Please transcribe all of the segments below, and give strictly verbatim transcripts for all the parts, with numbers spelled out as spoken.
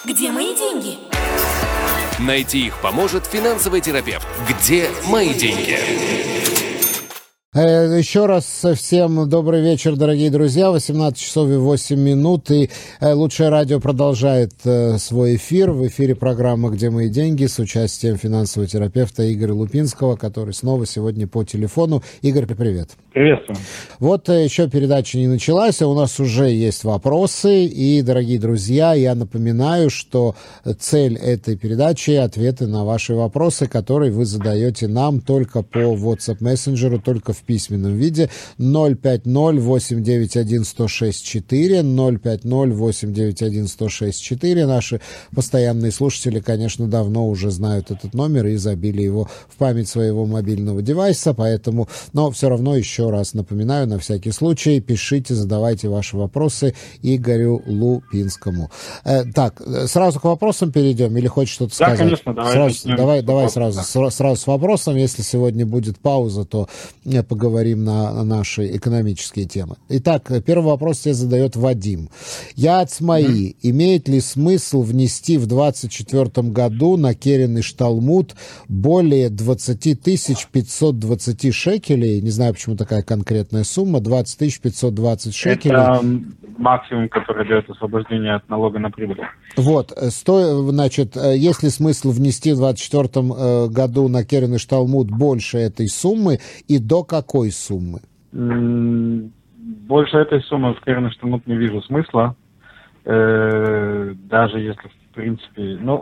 Где мои деньги? Найти их поможет финансовый терапевт. Где мои деньги? Еще раз всем добрый вечер, дорогие друзья. восемнадцать часов и восемь минут. И Лучшее радио продолжает свой эфир. В эфире программа «Где мои деньги» с участием финансового терапевта Игоря Лупинского, который снова сегодня по телефону. Игорь, привет. Приветствую. Вот еще передача не началась, а у нас уже есть вопросы. И, дорогие друзья, я напоминаю, что цель этой передачи — ответы на ваши вопросы, которые вы задаете нам только по WhatsApp мессенджеру, только в письменном виде. ноль пять ноль восемь девять один сто шесть четыре, ноль пять ноль восемь девять один сто шесть четыре. Наши постоянные слушатели, конечно, давно уже знают этот номер и забили его в память своего мобильного девайса, поэтому, но все равно еще раз напоминаю, на всякий случай, пишите, задавайте ваши вопросы Игорю Лупинскому. Э, так, сразу к вопросам перейдем или хочешь что-то да, сказать? Конечно, давай сразу, давай, давай вопрос, сразу, да. сразу с вопросом. Если сегодня будет пауза, то поговорим на, на наши экономические темы. Итак, первый вопрос тебе задает Вадим. Я от СМАИ. Mm-hmm. Имеет ли смысл внести в двадцать четвёртом году на Керен иш Талмуд более двадцать тысяч пятьсот двадцать шекелей? Не знаю, почему такая конкретная сумма. двадцать тысяч пятьсот двадцать шекелей. Это максимум, который дает освобождение от налога на прибыль. Вот, сто, значит, есть ли смысл внести в двадцать четвёртом году на Керен иш Талмуд больше этой суммы и до какой суммы? Больше этой суммы в Керен иш Талмуд не вижу смысла. Даже если, в принципе, ну,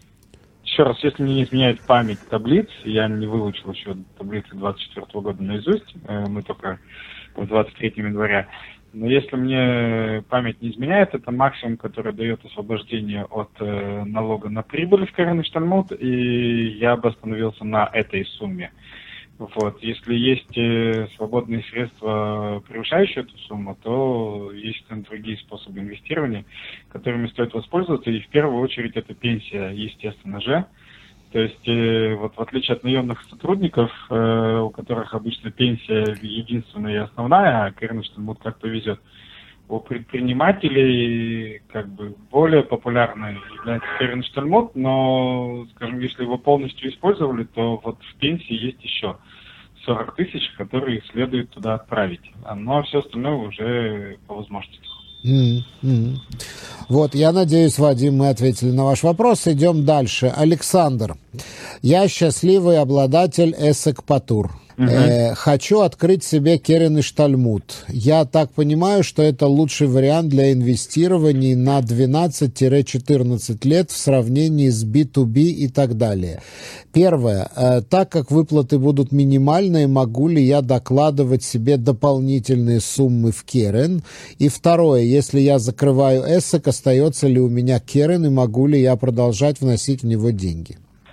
еще раз, если мне не изменяет память таблиц, я не выучил еще таблицы двадцать четвёртого года наизусть, мы только в двадцать третьего января. Но если мне память не изменяет, это максимум, который дает освобождение от э, налога на прибыль в Керен иш Талмуд, и я бы остановился на этой сумме. Вот. Если есть э, свободные средства, превышающие эту сумму, то есть там другие способы инвестирования, которыми стоит воспользоваться, и в первую очередь это пенсия, естественно же. То есть, э, вот в отличие от наемных сотрудников, э, у которых обычно пенсия единственная и основная, а Керен иш Талмуд как повезет, у предпринимателей как бы более популярной является Керен иш Талмуд, но, скажем, если его полностью использовали, то вот в пенсии есть еще сорок тысяч, которые следует туда отправить. Ну, а все остальное уже по возможности. Mm-hmm. Вот, я надеюсь, Вадим, мы ответили на ваш вопрос. Идем дальше. Александр. Я счастливый обладатель Эсек Патур. Uh-huh. Э, хочу открыть себе Керен иш Талмуд. Я так понимаю, что это лучший вариант для инвестирований на двенадцать-четырнадцать лет в сравнении с би ту би и так далее. Первое. Э, так как выплаты будут минимальные, могу ли я докладывать себе дополнительные суммы в Керен? И второе. Если я закрываю Эсек, остается ли у меня Керен и могу ли я продолжать вносить в него деньги?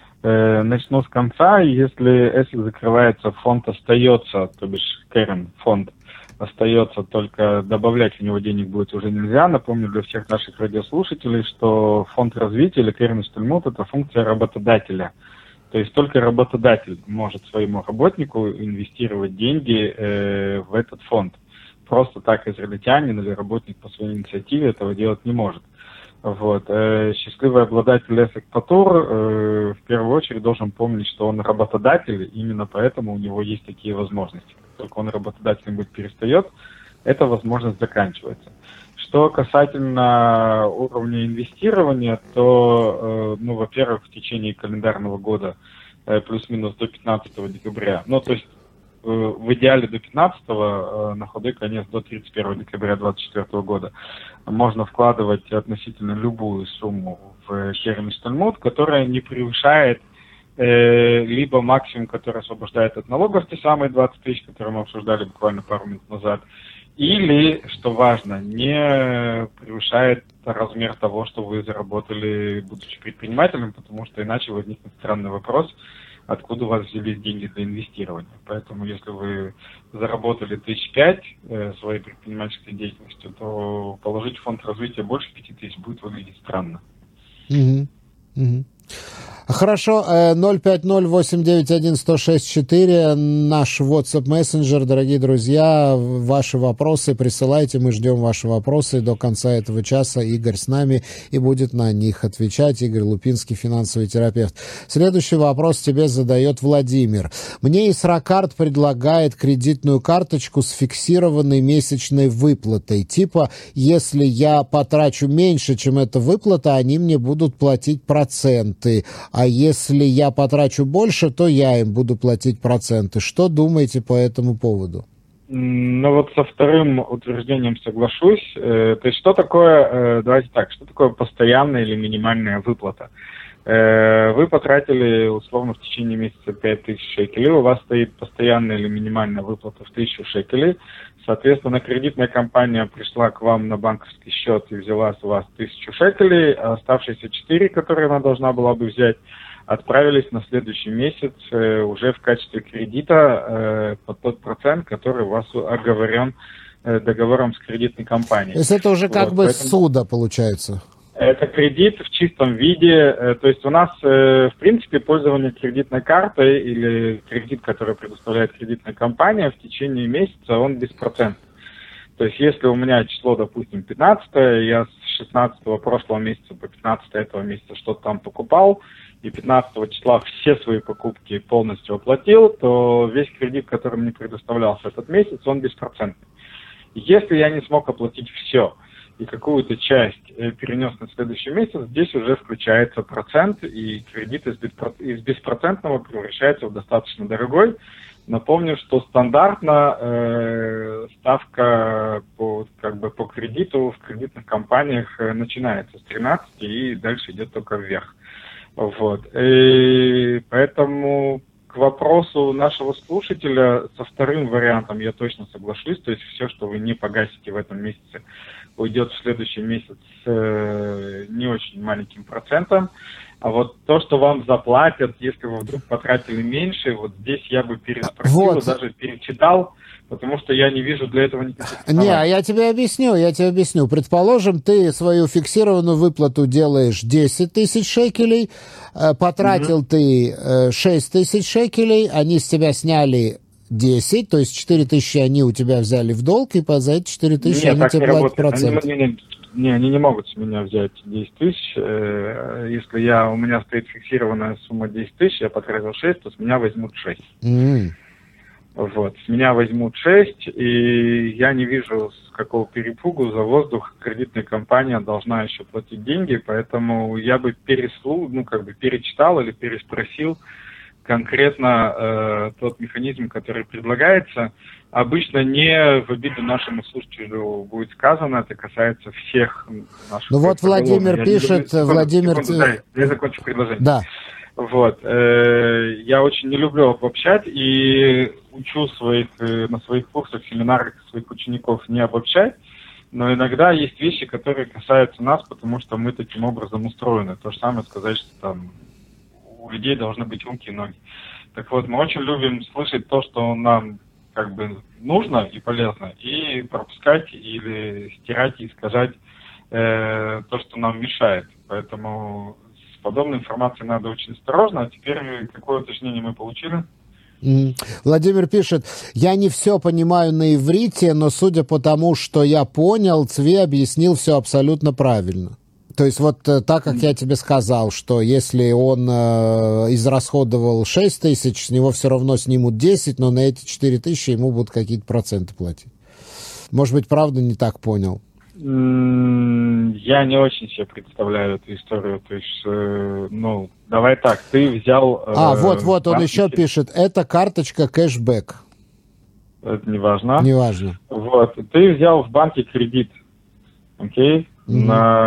Начну с конца. Если Эсек закрывается, фонд остается, то бишь Керен, фонд остается, только добавлять в него денег будет уже нельзя. Напомню для всех наших радиослушателей, что фонд развития или Керен иш Талмуд — это функция работодателя. То есть только работодатель может своему работнику инвестировать деньги э, в этот фонд. Просто так израильтянин или работник по своей инициативе этого делать не может. Вот. Счастливый обладатель Эсек Патур э, в первую очередь должен помнить, что он работодатель, именно поэтому у него есть такие возможности. Как только он работодателем быть перестает, эта возможность заканчивается. Что касательно уровня инвестирования, то, э, ну, во-первых, в течение календарного года э, плюс-минус до пятнадцатого декабря, ну, то есть э, в идеале до пятнадцатого, э, на худой конец до тридцать первого декабря две тысячи двадцать четвёртого года, можно вкладывать относительно любую сумму в Керен иш Талмуд, которая не превышает э, либо максимум, который освобождает от налогов, те самые двадцать тысяч, которые мы обсуждали буквально пару минут назад, или, что важно, не превышает размер того, что вы заработали, будучи предпринимателем, потому что иначе возникнет странный вопрос, откуда у вас взялись деньги для инвестирования. Поэтому, если вы заработали тысяч пять э, своей предпринимательской деятельностью, то положить в фонд развития больше пяти тысяч будет выглядеть странно. Mm-hmm. Mm-hmm. Хорошо, ноль пять ноль восемь девять один сто шесть четыре, наш WhatsApp мессенджер, дорогие друзья, ваши вопросы присылайте, мы ждем ваши вопросы до конца этого часа. Игорь с нами и будет на них отвечать. Игорь Лупинский, финансовый терапевт. Следующий вопрос тебе задает Владимир. Мне Исрокард предлагает кредитную карточку с фиксированной месячной выплатой. Типа, если я потрачу меньше, чем эта выплата, они мне будут платить проценты. А если я потрачу больше, то я им буду платить проценты. Что думаете по этому поводу? Ну вот со вторым утверждением соглашусь. То есть что такое, давайте так, что такое постоянная или минимальная выплата? Вы потратили условно в течение месяца пять тысяч шекелей, у вас стоит постоянная или минимальная выплата в тысячу шекелей. Соответственно, кредитная компания пришла к вам на банковский счет и взяла с вас тысячу шекелей, а оставшиеся четыре, которые она должна была бы взять, отправились на следующий месяц э, уже в качестве кредита э, под тот процент, который у вас оговорен э, договором с кредитной компанией. То есть это уже как вот, бы поэтому... ссуда получается? Это кредит в чистом виде, э, то есть у нас, э, в принципе, пользование кредитной картой или кредит, который предоставляет кредитная компания, в течение месяца он беспроцентный. То есть если у меня число, допустим, пятнадцатое, я с шестнадцатого прошлого месяца по пятнадцатое этого месяца что-то там покупал, и пятнадцатого числа все свои покупки полностью оплатил, то весь кредит, который мне предоставлялся этот месяц, он беспроцентный. Если я не смог оплатить все, и какую-то часть перенес на следующий месяц, здесь уже включается процент, и кредит из, беспро... из беспроцентного превращается в достаточно дорогой. Напомню, что стандартно э, ставка по, как бы, по кредиту в кредитных компаниях э, начинается с тринадцати и дальше идет только вверх. Вот. И поэтому к вопросу нашего слушателя со вторым вариантом я точно соглашусь. То есть все, что вы не погасите в этом месяце, уйдет в следующий месяц с э, не очень маленьким процентом. А вот то, что вам заплатят, если вы вдруг потратили меньше, вот здесь я бы переспросил, вот. Даже перечитал, потому что я не вижу для этого никаких оснований. Не, а я тебе объясню, я тебе объясню. Предположим, ты свою фиксированную выплату делаешь десять тысяч шекелей, потратил mm-hmm. ты шесть тысяч шекелей, они с тебя сняли десять, то есть четыре тысячи они у тебя взяли в долг, и за эти четыре тысячи они тебе платят процент. Они, не, не, они не могут с меня взять десять тысяч. Если я, у меня стоит фиксированная сумма десять тысяч, я потратил шесть, то с меня возьмут шесть. Mm. Вот, с меня возьмут шесть, и я не вижу, с какого перепугу за воздух кредитная компания должна еще платить деньги, поэтому я бы переслу, ну, как бы перечитал или переспросил конкретно э, тот механизм, который предлагается. Обычно не в обиду нашему слушателю будет сказано, это касается всех наших... Ну вот Владимир я пишет... Люблю, Владимир... Секунду, дай, я закончу предложение. Да. Вот. Э, я очень не люблю обобщать и учу своих, э, на своих курсах, семинарах своих учеников не обобщать, но иногда есть вещи, которые касаются нас, потому что мы таким образом устроены. То же самое сказать, что там у людей должны быть руки и ноги. Так вот, мы очень любим слышать то, что нам как бы нужно и полезно, и пропускать или стирать и искажать э, то, что нам мешает. Поэтому с подобной информацией надо очень осторожно. А теперь какое уточнение мы получили? Mm. Владимир пишет, я не все понимаю на иврите, но судя по тому, что я понял, Цви объяснил все абсолютно правильно. То есть вот так, как я тебе сказал, что если он э, израсходовал шесть тысяч, с него все равно снимут десять, но на эти четыре тысячи ему будут какие-то проценты платить. Может быть, правда, не так понял? Я не очень себе представляю эту историю. То есть, э, ну, давай так, ты взял... Э, а, вот-вот, он еще пишет, это карточка кэшбэк. Это не важно. Не важно. Вот, ты взял в банке кредит, окей? Mm-hmm.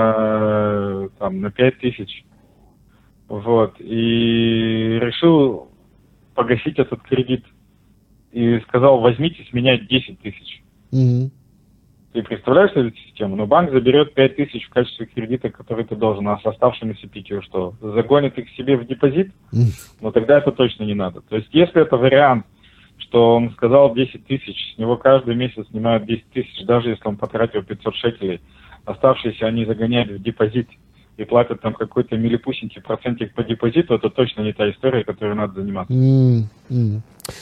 на, там, на пять тысяч. Вот. И решил погасить этот кредит. И сказал, возьмите с меня десять тысяч. Mm-hmm. Ты представляешь эту систему? Но банк заберет пять тысяч в качестве кредита, который ты должен, а с оставшимися пятью что? Загонит их себе в депозит? Mm-hmm. Но тогда это точно не надо. То есть, если это вариант, что он сказал десять тысяч, с него каждый месяц снимают десять тысяч, даже если он потратил пятьсот шекелей, оставшиеся они загоняют в депозит, и платят там какой-то милипусенький процентик по депозиту, это точно не та история, которой надо заниматься. Mm-hmm.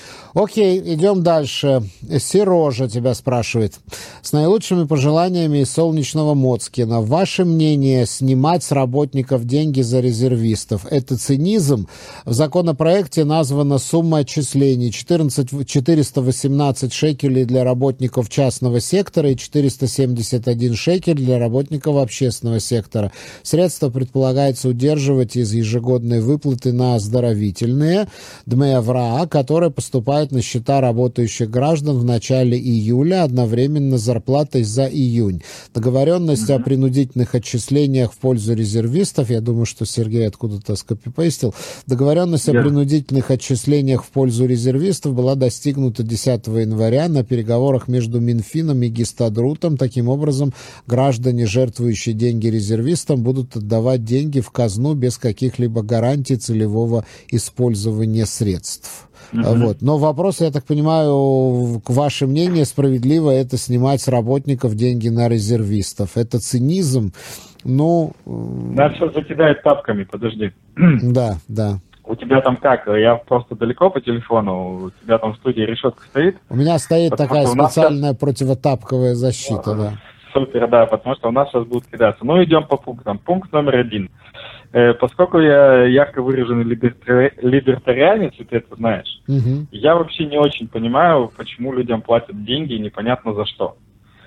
Окей, идем дальше. Сережа тебя спрашивает. С наилучшими пожеланиями из солнечного Моцкина. Ваше мнение, снимать с работников деньги за резервистов – это цинизм? В законопроекте названа сумма отчислений четырнадцать четыреста восемнадцать шекелей для работников частного сектора и четыреста семьдесят один шекель для работников общественного сектора. Средства предполагается удерживать из ежегодной выплаты на оздоровительные дмеавраа, которые поступают на счета работающих граждан в начале июля одновременно с зарплатой за июнь. Договоренность mm-hmm. о принудительных отчислениях в пользу резервистов, я думаю, что Сергей откуда-то скопипейстил, договоренность yeah. о принудительных отчислениях в пользу резервистов была достигнута десятого января на переговорах между Минфином и Гистадрутом. Таким образом, граждане, жертвующие деньги резервистам, будут отдавать деньги в казну без каких-либо гарантий целевого использования средств. Mm-hmm. Вот. Но вопрос, я так понимаю, к ваше мнение, справедливо это снимать с работников деньги на резервистов. Это цинизм, ну... Нас все закидает тапками, подожди. Да, да. У тебя там как? Я просто далеко по телефону, у тебя там в студии решетка стоит? У меня стоит потому такая специальная сейчас... противотапковая защита, а, да. Супер, да, потому что у нас сейчас будут кидаться. Ну, идем по пунктам. Пункт номер один. Поскольку я ярко выраженный либертари... либертарианец, и ты это знаешь, угу. я вообще не очень понимаю, почему людям платят деньги непонятно за что.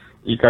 И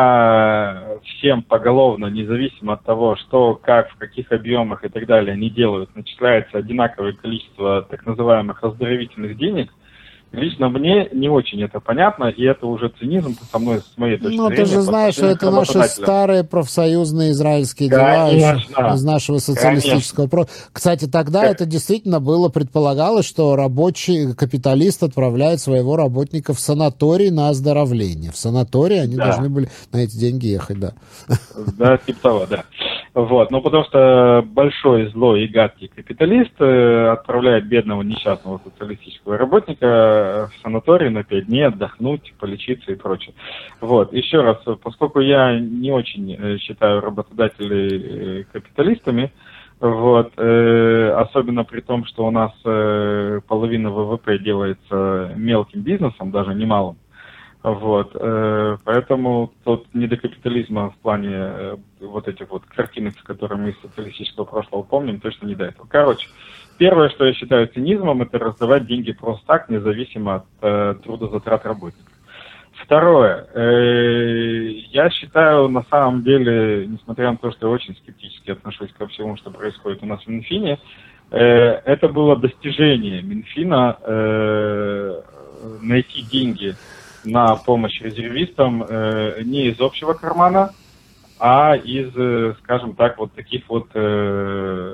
когда всем поголовно, независимо от того, что, как, в каких объемах и так далее они делают, начисляется одинаковое количество так называемых оздоровительных денег, лично мне не очень это понятно, и это уже цинизм со мной, с моей точки ну, зрения. Ну, ты же знаешь, что это наши старые профсоюзные израильские дела Конечно. из нашего социалистического прошлого. Кстати, тогда как? Это действительно было, предполагалось, что рабочий капиталист отправляет своего работника в санаторий на оздоровление. В санаторий они да. должны были на эти деньги ехать, да. Да, типа того, да. Вот, ну потому что большой, злой и гадкий капиталист э, отправляет бедного несчастного социалистического работника в санаторий на пять дней отдохнуть, полечиться и прочее. Вот, еще раз, поскольку я не очень э, считаю работодателей э, капиталистами, вот, э, особенно при том, что у нас э, половина ВВП делается мелким бизнесом, даже немалым. Вот, э, поэтому тут не до капитализма в плане э, вот этих вот картинок, которые мы из социалистического прошлого помним, точно не до этого. Короче, первое, что я считаю цинизмом, это раздавать деньги просто так, независимо от э, трудозатрат работников. Второе, э, я считаю, на самом деле, несмотря на то, что я очень скептически отношусь ко всему, что происходит у нас в Минфине, э, это было достижение Минфина э, найти деньги на помощь резервистам э, не из общего кармана, а из, э, скажем так, вот таких вот э,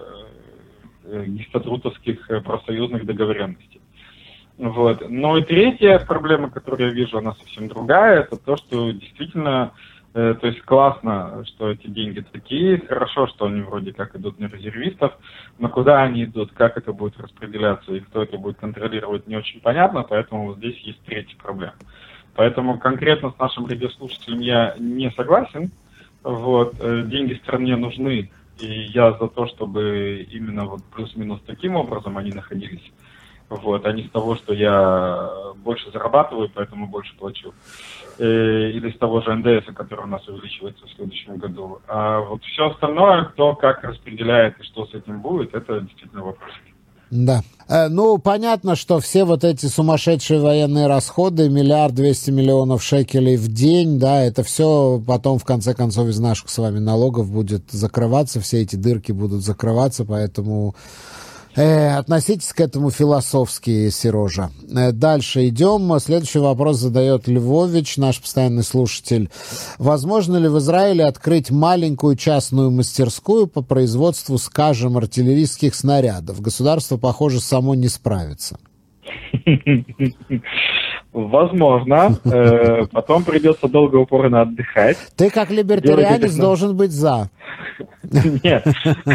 э, гистадрутовских профсоюзных договоренностей. Вот. Ну и третья проблема, которую я вижу, она совсем другая, это то, что действительно, э, то есть классно, что эти деньги такие, хорошо, что они вроде как идут на резервистов, но куда они идут, как это будет распределяться и кто это будет контролировать, не очень понятно, поэтому вот здесь есть третья проблема. Поэтому конкретно с нашим радиослушателем я не согласен. Вот, деньги стране нужны, и я за то, чтобы именно вот плюс-минус таким образом они находились. Вот, а не с того, что я больше зарабатываю, поэтому больше плачу. Или с того же эн дэ эса, который у нас увеличивается в следующем году. А вот все остальное, кто как распределяет и что с этим будет, это действительно вопрос. Да. Э, ну, понятно, что все вот эти сумасшедшие военные расходы, миллиард двести миллионов шекелей в день, да, это все потом, в конце концов, из наших с вами налогов будет закрываться, все эти дырки будут закрываться, поэтому э, относитесь к этому философски, Сережа. Э, дальше идем. Следующий вопрос задает Львович, наш постоянный слушатель. Возможно ли в Израиле открыть маленькую частную мастерскую по производству, скажем, артиллерийских снарядов? Государство, похоже, само не справится. Возможно. Потом придется долго упорно отдыхать. Ты, как либертарианец, должен быть за. Нет.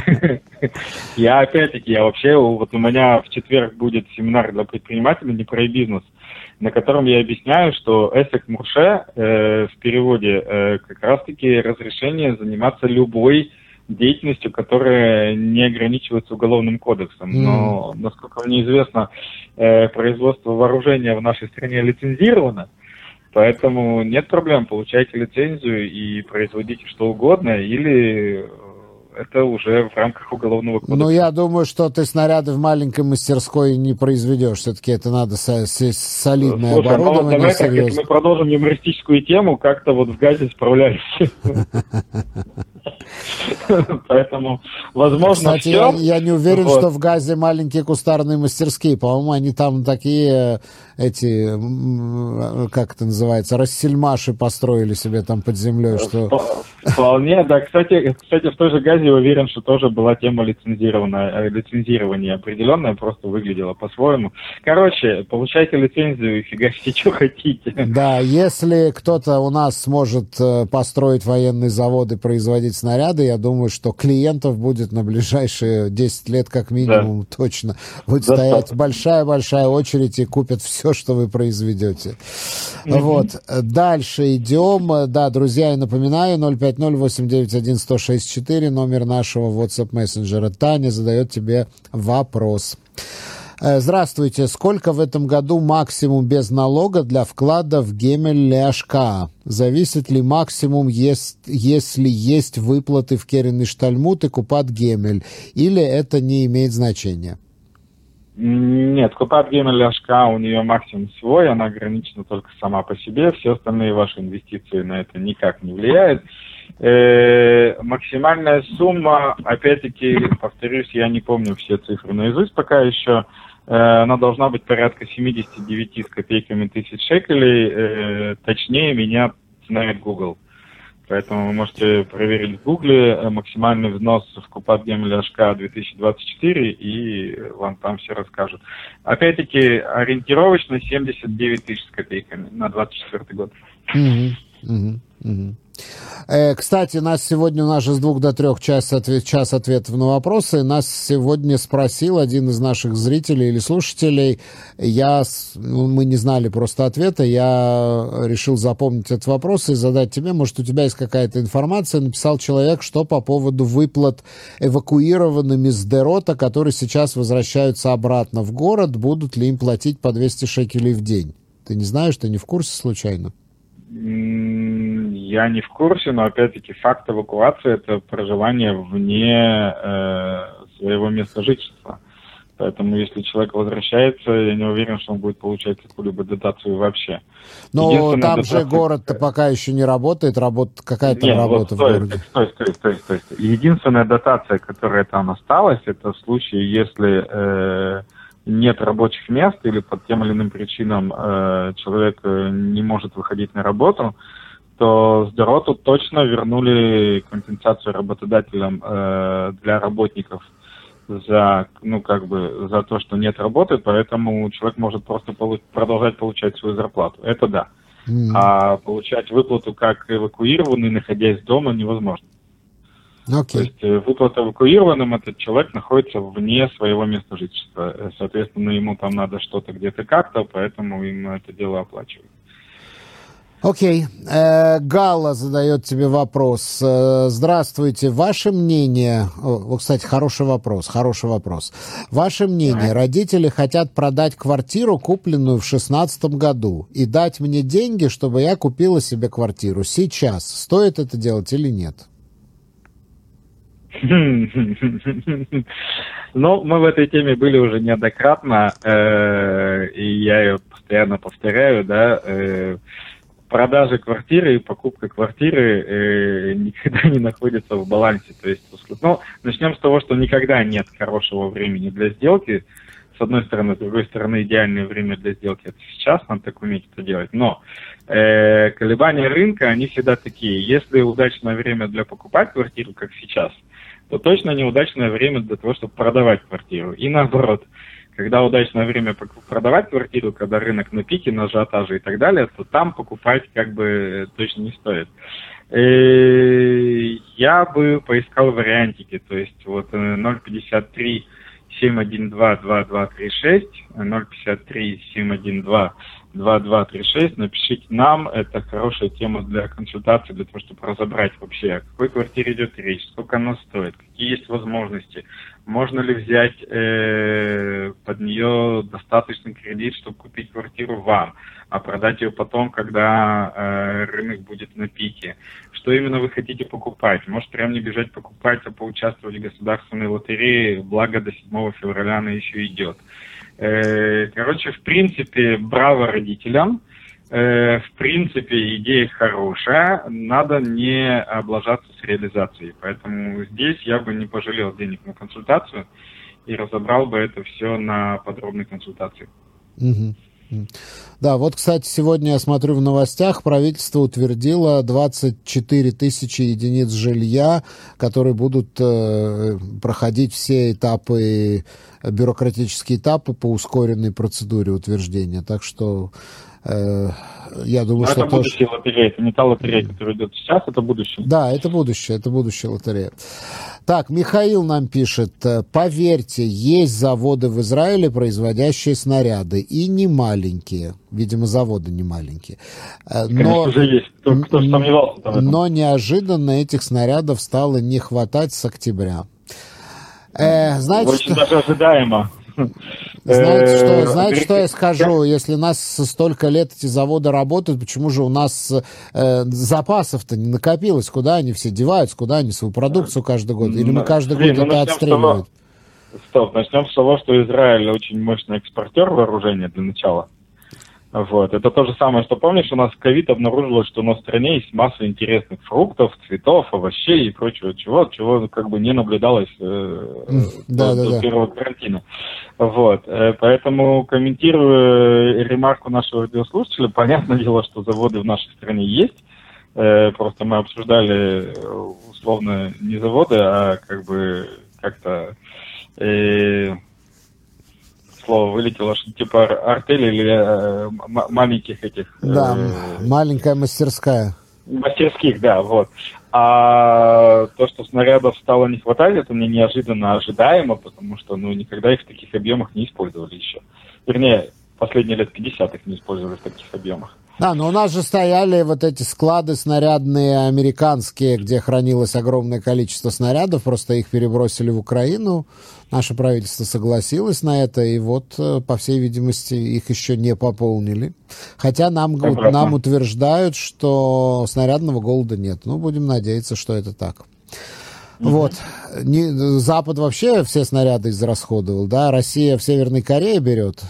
Я опять-таки, я вообще, вот у меня в четверг будет семинар для предпринимателей «Не про бизнес», на котором я объясняю, что эсек мурше э, в переводе э, как раз-таки разрешение заниматься любой деятельностью, которая не ограничивается уголовным кодексом. Но, насколько мне известно, э, производство вооружения в нашей стране лицензировано, поэтому нет проблем, получайте лицензию и производите что угодно, или это уже в рамках уголовного кодекса. Ну, я думаю, что ты снаряды в маленькой мастерской не произведешь. Все-таки это надо со- со- солидное Слушай, оборудование. Ну, давай, как, если мы продолжим юмористическую тему, как-то вот в ГАЗе справлялись. Поэтому, возможно, Кстати, все. я, я не уверен, Вот. что в ГАЗе маленькие кустарные мастерские. По-моему, они там такие, эти, м, как это называется, рассельмаши построили себе там под землей, что... Вполне, да. Кстати, кстати, в той же ГАЗе, я уверен, что тоже была тема лицензированная, лицензирования определенная, просто выглядела по-своему. Короче, получайте лицензию и фигачьте, что хотите. Да, если кто-то у нас сможет э, построить военные заводы, производить снаряды, я думаю, что клиентов будет на ближайшие десять лет как минимум, да. Точно. Будет да, стоять большая-большая очередь и купят все, что вы произведете. Mm-hmm. Вот. Дальше идем. Да, друзья, я напоминаю, ноль пять ноль восемь девять один сто шесть четыре, номер нашего WhatsApp мессенджера. Таня задает тебе вопрос. Здравствуйте. Сколько в этом году максимум без налога для вклада в Гемель Ляшка? Зависит ли максимум, есть, если есть выплаты в Керен Штальмут и Купат Гемель? Или это не имеет значения? Нет, Купат Гемель Ляшка, у нее максимум свой, она ограничена только сама по себе. Все остальные ваши инвестиции на это никак не влияют. Э, максимальная сумма, опять-таки, повторюсь, я не помню все цифры наизусть пока еще, э, она должна быть порядка семьдесят девять с копейками тысяч шекелей, э, точнее меня знает Google. Поэтому вы можете проверить в Гугле э, максимальный взнос в Купат Гемель Ляшка две тысячи двадцать четыре, и вам там все расскажут. Опять-таки, ориентировочно семьдесят девять тысяч с копейками на двадцать четвёртый год. Mm-hmm. Mm-hmm. Mm-hmm. Э, кстати, нас сегодня, у нас же с двух до трех час, ответ, час ответов на вопросы. Нас сегодня спросил один из наших зрителей или слушателей. Я, ну, мы не знали просто ответа. Я решил запомнить этот вопрос и задать тебе. Может, у тебя есть какая-то информация? Написал человек, что по поводу выплат эвакуированным из Сдерота, которые сейчас возвращаются обратно в город, будут ли им платить по двести шекелей в день? Ты не знаешь, ты не в курсе случайно? Я не в курсе, но опять-таки факт эвакуации – это проживание вне э, своего места жительства. Поэтому если человек возвращается, я не уверен, что он будет получать какую-либо дотацию вообще. Но там дотация... же город-то пока еще не работает, работа, какая-то Нет, работа вот стой, в городе. Стой, стой, стой, стой, стой. Единственная дотация, которая там осталась, это в случае, если э, нет рабочих мест или по тем или иным причинам э, человек не может выходить на работу, то Сдероту точно вернули компенсацию работодателям э, для работников за, ну, как бы, за то, что нет работы, поэтому человек может просто полу- продолжать получать свою зарплату. Это да. Mm-hmm. А получать выплату как эвакуированный, находясь дома, невозможно. Okay. То есть выплата эвакуированным, этот человек находится вне своего места жительства. Соответственно, ему там надо что-то где-то как-то, поэтому им это дело оплачивают. Окей. Okay. Э, Галла задает тебе вопрос. Э, здравствуйте. Ваше мнение... О, кстати, хороший вопрос, хороший вопрос. Ваше мнение. Yeah. Родители хотят продать квартиру, купленную в шестнадцатом году, и дать мне деньги, чтобы я купила себе квартиру. Сейчас. Стоит это делать или нет? Ну, мы в этой теме были уже неоднократно, э, и я ее постоянно повторяю, да, э, продажа квартиры и покупка квартиры э, никогда не находятся в балансе. То есть, ну, начнем с того, что никогда нет хорошего времени для сделки. С одной стороны, с другой стороны, идеальное время для сделки это сейчас, надо так уметь это делать. Но э, колебания рынка, они всегда такие. Если удачное время для покупать квартиру, как сейчас, то точно неудачное время для того, чтобы продавать квартиру. И наоборот, когда удачное время продавать квартиру, когда рынок на пике, на ажиотаже и так далее, то там покупать как бы точно не стоит. И я бы поискал вариантики, то есть вот ноль пятьдесят три семь один два два два три шесть, ноль пятьдесят три семь один два два два три шесть, напишите нам, это хорошая тема для консультации, для того, чтобы разобрать вообще, о какой квартире идет речь, сколько она стоит, какие есть возможности, можно ли взять э, под нее достаточный кредит, чтобы купить квартиру вам, а продать ее потом, когда э, рынок будет на пике. Что именно вы хотите покупать? Может, прям не бежать покупать, а поучаствовать в государственной лотерее, благо до седьмого февраля она еще идет. Э, короче, в принципе, браво родителям. Э, в принципе, идея хорошая, надо не облажаться с реализацией. Поэтому здесь я бы не пожалел денег на консультацию и разобрал бы это все на подробной консультации. Угу. Да, вот, кстати, сегодня я смотрю в новостях, правительство утвердило двадцать четыре тысячи единиц жилья, которые будут э, проходить все этапы, бюрократические этапы по ускоренной процедуре утверждения. Так что э, я думаю, Но что... это будущая лотерея, это не та лотерея, которая идет сейчас, это будущее. Да, это будущее, это будущая лотерея. Так, Михаил нам пишет, поверьте, есть заводы в Израиле, производящие снаряды, и не маленькие, видимо, заводы не маленькие. Но, конечно же есть, кто, кто же сомневался в этом. Но неожиданно этих снарядов стало не хватать с октября. Э, знаете, Очень что... даже ожидаемо. Знаете, что, знаете, что я скажу? Если у нас столько лет эти заводы работают, почему же у нас э, запасов-то не накопилось? Куда они все деваются? Куда они свою продукцию каждый год? Или мы каждый год Блин, это отстреливаем? Стоп, начнем с того, что Израиль очень мощный экспортер вооружения для начала. Вот. Это то же самое, что, помнишь, у нас в ковид обнаружилось, что у нас в стране есть масса интересных фруктов, цветов, овощей и прочего, чего, чего как бы не наблюдалось э, да, до, да, до да. первого карантина. Вот. Поэтому, комментируя ремарку нашего радиослушателя, понятное дело, что заводы в нашей стране есть. Просто мы обсуждали условно не заводы, а как бы как-то... Э, слово вылетело, что типа артель или э, маленьких этих... Да, э, маленькая мастерская. Мастерских, да, вот. А то, что снарядов стало не хватать, это мне неожиданно ожидаемо, потому что, ну, никогда их в таких объемах не использовали еще. Вернее, последние лет пятьдесят их не использовали в таких объемах. Да, но у нас же стояли вот эти склады снарядные американские, где хранилось огромное количество снарядов, просто их перебросили в Украину. Наше правительство согласилось на это, и вот, по всей видимости, их еще не пополнили. Хотя нам, нам утверждают, что снарядного голода нет. Ну, будем надеяться, что это так. Mm-hmm. Вот. Не, Запад вообще все снаряды израсходовал, да? Россия в Северной Корее берет...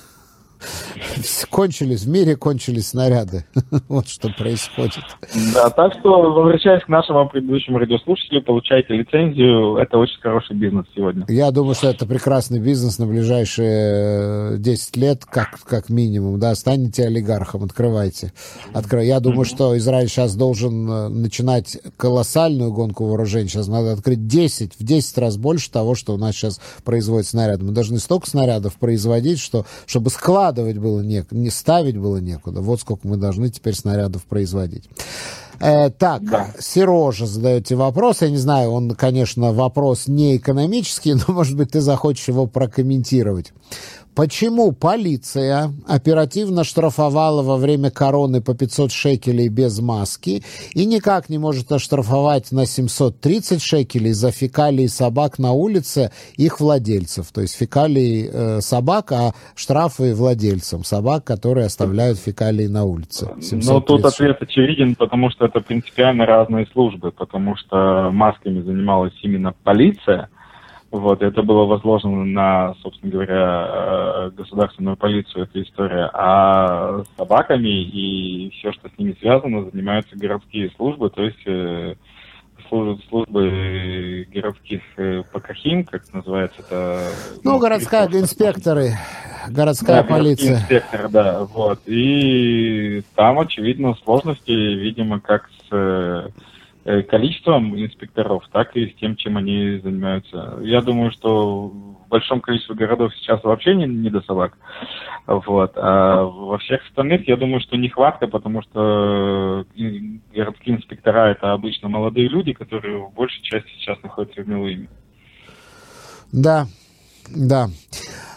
Кончились, в мире кончились снаряды. Вот что происходит. Да, так что, возвращаясь к нашему предыдущему радиослушателю, получайте лицензию. Это очень хороший бизнес сегодня. Я думаю, что это прекрасный бизнес на ближайшие десять лет, как, как минимум. Да, станете олигархом, открывайте. Открой. Я думаю, mm-hmm. что Израиль сейчас должен начинать колоссальную гонку вооружений. Сейчас надо открыть десять, в десять раз больше того, что у нас сейчас производит снаряды. Мы должны столько снарядов производить, что, чтобы складывать было некуда, не ставить было некуда. Вот сколько мы должны теперь снарядов производить. Э, так, да. Сережа задает тебе вопрос. Я не знаю, он, конечно, вопрос не экономический, но, может быть, ты захочешь его прокомментировать. Почему полиция оперативно штрафовала во время короны по пятьсот шекелей без маски и никак не может оштрафовать на семьсот тридцать шекелей за фекалии собак на улице их владельцев? То есть фекалии э, собак, а штрафы владельцам собак, которые оставляют фекалии на улице. Ну, тут ответ очевиден, потому что это принципиально разные службы, потому что масками занималась именно полиция. Вот, это было возложено на, собственно говоря, государственную полицию, эта история. А с собаками и все, что с ними связано, занимаются городские службы, то есть э, службы, службы городских э, пакахим, как называется это. Ну, ну городская, инспекторы, городская да, полиция. Инспекторы, да, вот. И там, очевидно, сложности, видимо, как с... количеством инспекторов, так и с тем, чем они занимаются. Я думаю, что в большом количестве городов сейчас вообще не, не до собак. Вот. А во всех остальных, я думаю, что нехватка, потому что городские инспектора — это обычно молодые люди, которые в большей части сейчас находятся в милуиме. Да, да.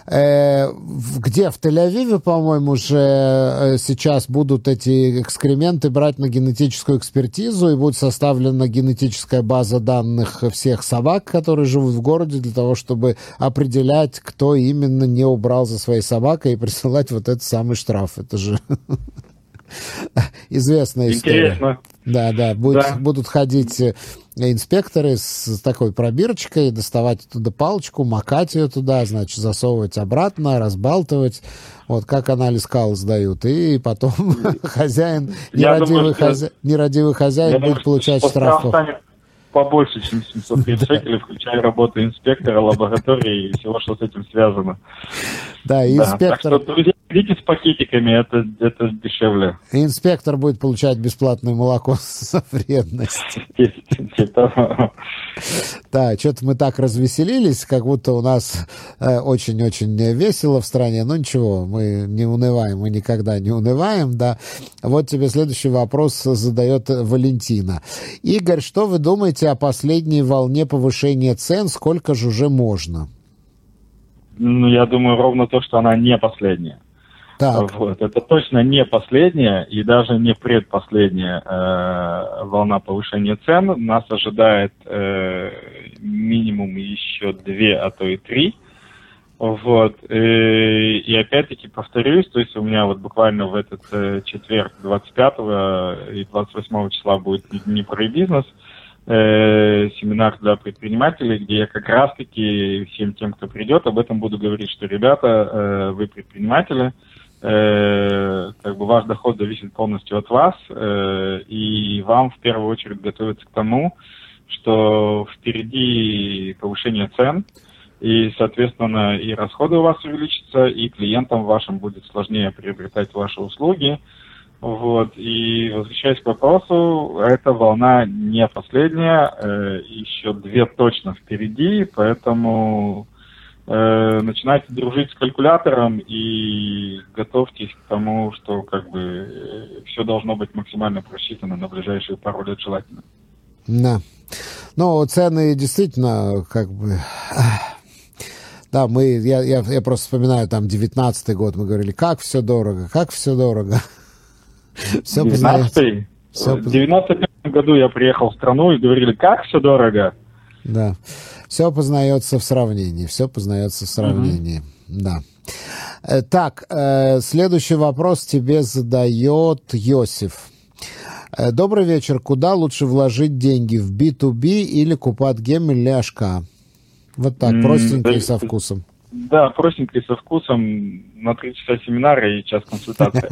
Э, где? В Тель-Авиве, по-моему, уже сейчас будут эти экскременты брать на генетическую экспертизу, и будет составлена генетическая база данных всех собак, которые живут в городе, для того, чтобы определять, кто именно не убрал за своей собакой, и присылать вот этот самый штраф. Это же известная история. Интересно. Да, да, будет, да. Будут ходить инспекторы с такой пробирочкой, доставать оттуда палочку, макать ее туда, значит, засовывать обратно, разбалтывать. Вот как анализ кала сдают. И потом хозяин, нерадивый, хозя... нерадивый хозяин будет получать штраф. Побольше, чем семьсот тридцать шекелей, включая работу инспектора, лаборатории и всего, что с этим связано. Да, и инспектор... Так что, друзья, идите с пакетиками, это, это дешевле. И инспектор будет получать бесплатное молоко за вредность. Да, что-то мы так развеселились, как будто у нас очень-очень весело в стране. Ну ничего, мы не унываем, мы никогда не унываем, да. Вот тебе следующий вопрос задает Валентина. Игорь, что вы думаете о последней волне повышения цен? Сколько же уже можно? Ну, я думаю, ровно то, что она не последняя. Так. Вот. Это точно не последняя и даже не предпоследняя э, волна повышения цен. Нас ожидает э, минимум еще две, а то и три. Вот. И, и опять-таки повторюсь, то есть у меня вот буквально в этот э, четверг двадцать пятого и двадцать восьмого числа будет не про бизнес, э, семинар для предпринимателей, где я как раз-таки всем тем, кто придет, об этом буду говорить, что, ребята, э, вы предприниматели, э, как бы ваш доход зависит полностью от вас, э, и вам в первую очередь готовиться к тому, что впереди повышение цен, и, соответственно, и расходы у вас увеличатся, и клиентам вашим будет сложнее приобретать ваши услуги. Вот. И возвращаясь к вопросу, эта волна не последняя, э, еще две точно впереди, поэтому э, начинайте дружить с калькулятором и готовьтесь к тому, что как бы э, все должно быть максимально просчитано на ближайшие пару лет желательно. Да. Ну, цены действительно как бы... Да, мы, я, я, я просто вспоминаю там девятнадцатый год, мы говорили, как все дорого, как все дорого. Все девятнадцатый? В девяносто пятом году я приехал в страну и говорили, как все дорого. Да, все познается в сравнении, все познается в сравнении, mm-hmm. да. Так, следующий вопрос тебе задает Йосиф. Добрый вечер, куда лучше вложить деньги, в би ту би или Купат Гемель или Ашка? Вот так, простенько и со вкусом. Да, простенько и со вкусом. На три часа семинара и час консультации.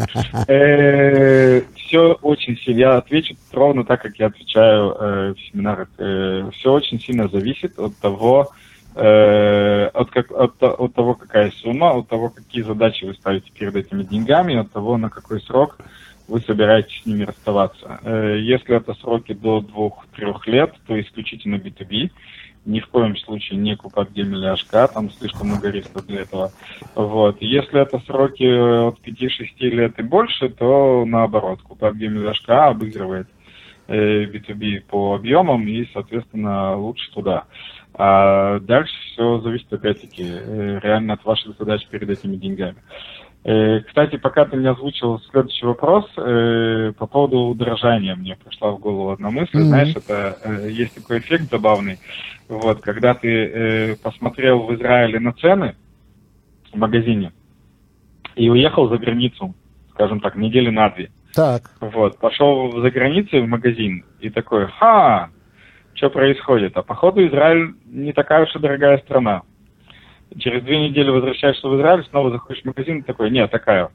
Все очень сильно, я отвечу ровно так, как я отвечаю в семинарах. Все очень сильно зависит от того, от, как, от, от того, какая сумма, от того, какие задачи вы ставите перед этими деньгами, от того, на какой срок вы собираетесь с ними расставаться. Если это сроки до двух-трех лет, то исключительно би ту би. Ни в коем случае не Купат Гемель или Ашка, там слишком много рисков для этого. Вот. Если это сроки от пяти-шести лет и больше, то наоборот, Купат Гемель или Ашка обыгрывает э, би ту би по объемам и, соответственно, лучше туда. А дальше все зависит, опять-таки, э, реально от ваших задач перед этими деньгами. Э, кстати, пока ты мне озвучил следующий вопрос, э, по поводу удорожания мне пришла в голову одна мысль. Mm-hmm. Знаешь, это э, есть такой эффект забавный. Вот, когда ты э, посмотрел в Израиле на цены в магазине и уехал за границу, скажем так, недели на две. Так. Вот, пошел за границу в магазин и такой, ха, что происходит? А походу Израиль не такая уж и дорогая страна. Через две недели возвращаешься в Израиль, снова заходишь в магазин и такой, нет, такая.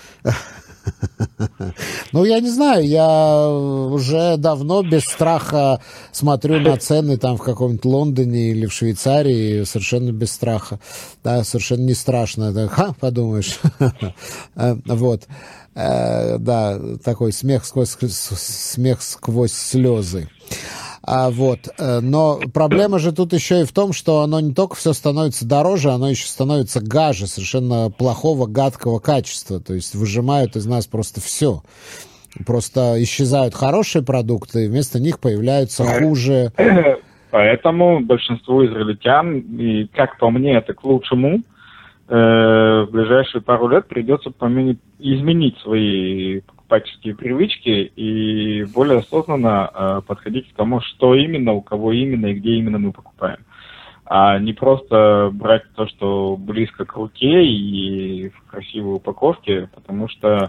Ну, я не знаю, я уже давно без страха смотрю на цены там в каком-нибудь Лондоне или в Швейцарии, совершенно без страха, да, совершенно не страшно, да, ха, подумаешь, вот, да, такой смех сквозь, смех сквозь слезы. А вот, но проблема же тут еще и в том, что оно не только все становится дороже, оно еще становится гаже, совершенно плохого, гадкого качества. То есть выжимают из нас просто все. Просто исчезают хорошие продукты, и вместо них появляются хуже. Поэтому большинству израильтян, и как по мне, это к лучшему, в ближайшие пару лет придется поменять, изменить свои покупательские привычки и более осознанно э, подходить к тому, что именно, у кого именно и где именно мы покупаем. А не просто брать то, что близко к руке и в красивой упаковке, потому что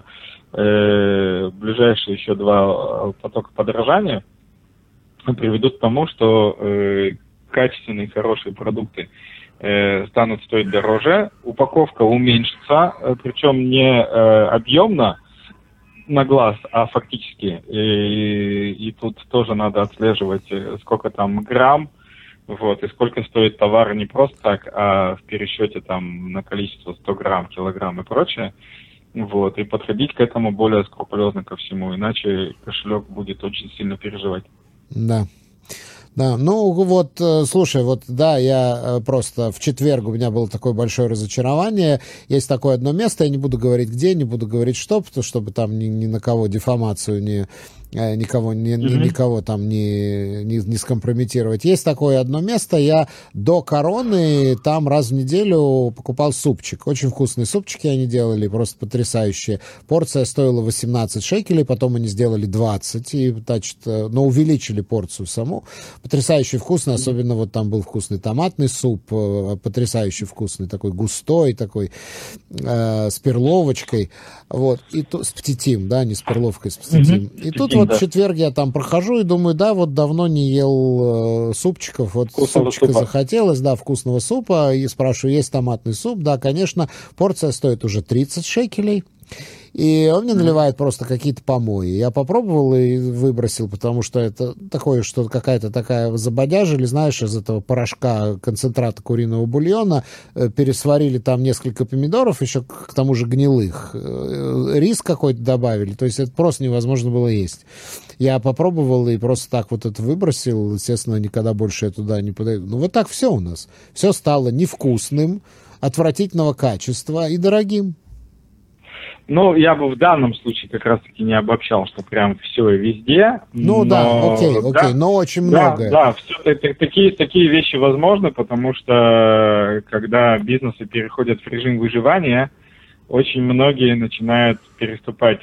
э, ближайшие еще два потока подорожания приведут к тому, что э, качественные, хорошие продукты э, станут стоить дороже, упаковка уменьшится, э, причем не э, объемно на глаз, а фактически. И, и тут тоже надо отслеживать, сколько там грамм, вот, и сколько стоит товар не просто так, а в пересчете там на количество сто грамм, килограмм и прочее. Вот, и подходить к этому более скрупулезно ко всему, иначе кошелек будет очень сильно переживать. Да. Да, ну вот, слушай, вот да, я просто в четверг у меня было такое большое разочарование. Есть такое одно место, я не буду говорить где, не буду говорить что, потому, чтобы там ни, ни на кого дефамацию не... никого, ни, mm-hmm. никого там не, не, не скомпрометировать. Есть такое одно место, я до короны там раз в неделю покупал супчик. Очень вкусные супчики они делали, просто потрясающие. Порция стоила восемнадцать шекелей, потом они сделали двадцать, и, значит, но увеличили порцию саму. Потрясающе вкусно, mm-hmm. особенно вот там был вкусный томатный суп, потрясающе вкусный, такой густой, такой э, с перловочкой, вот, и то, с птитим, да, не с перловкой, с птитим. Mm-hmm. И тут вот в четверг я там прохожу и думаю, да, вот давно не ел э, супчиков, вот вкусного супчика супа захотелось, да, вкусного супа, и спрашиваю, есть томатный суп? Да, конечно, порция стоит уже тридцать шекелей, и он мне наливает просто какие-то помои. Я попробовал и выбросил, потому что это такое, что какая-то такая забодяжили, знаешь, из этого порошка концентрата куриного бульона, пересварили там несколько помидоров, еще к тому же гнилых, рис какой-то добавили, то есть это просто невозможно было есть. Я попробовал и просто так вот это выбросил, естественно, никогда больше я туда не подойду. Ну вот так все у нас. Все стало невкусным, отвратительного качества и дорогим. Ну, я бы в данном случае как раз-таки не обобщал, что прям все и везде. Ну но, да, окей, окей, да, но очень да, многое. Да, все, такие, такие вещи возможны, потому что когда бизнесы переходят в режим выживания, очень многие начинают переступать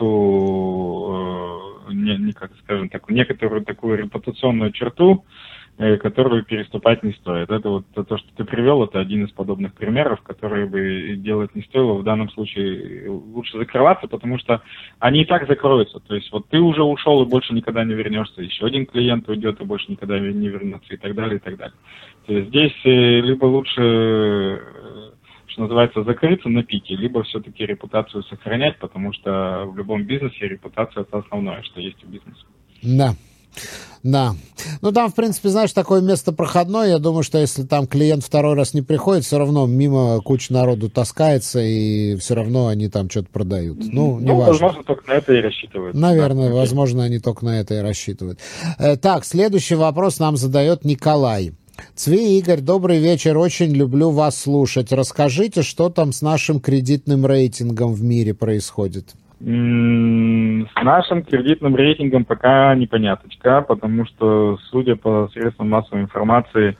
черту, э, не, не, как скажем, такую, некоторую такую репутационную черту, которую переступать не стоит. Это вот то, что ты привел, это один из подобных примеров, которые бы делать не стоило. В данном случае лучше закрываться, потому что они и так закроются. То есть вот ты уже ушел и больше никогда не вернешься, еще один клиент уйдет и больше никогда не вернется и так далее, и так далее. То есть здесь либо лучше, что называется, закрыться на пике, либо все-таки репутацию сохранять, потому что в любом бизнесе репутация – это основное, что есть у бизнеса. Да. Да. Ну, там, в принципе, знаешь, такое место проходное. Я думаю, что если там клиент второй раз не приходит, все равно мимо куча народу таскается, и все равно они там что-то продают. Ну, не ну важно. Возможно, только на это и рассчитывают. Наверное, да, возможно, они только на это и рассчитывают. Э, так, следующий вопрос нам задает Николай. Цви, Игорь, добрый вечер. Очень люблю вас слушать. Расскажите, что там с нашим кредитным рейтингом в мире происходит? С нашим кредитным рейтингом пока непоняточка, потому что, судя по средствам массовой информации,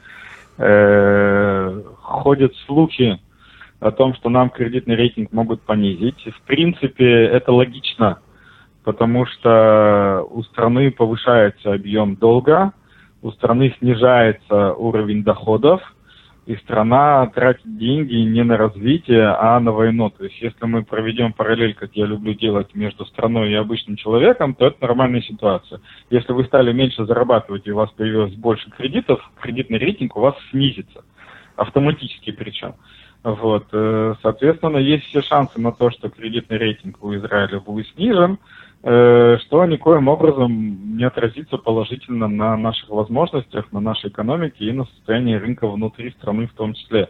э, ходят слухи о том, что нам кредитный рейтинг могут понизить. В принципе, это логично, потому что у страны повышается объем долга, у страны снижается уровень доходов, и страна тратит деньги не на развитие, а на войну. То есть, если мы проведем параллель, как я люблю делать, между страной и обычным человеком, то это нормальная ситуация. Если вы стали меньше зарабатывать и у вас появилось больше кредитов, кредитный рейтинг у вас снизится. Автоматически причем. Вот. Соответственно, есть все шансы на то, что кредитный рейтинг у Израиля будет снижен, что никоим образом не отразится положительно на наших возможностях, на нашей экономике и на состоянии рынка внутри страны в том числе.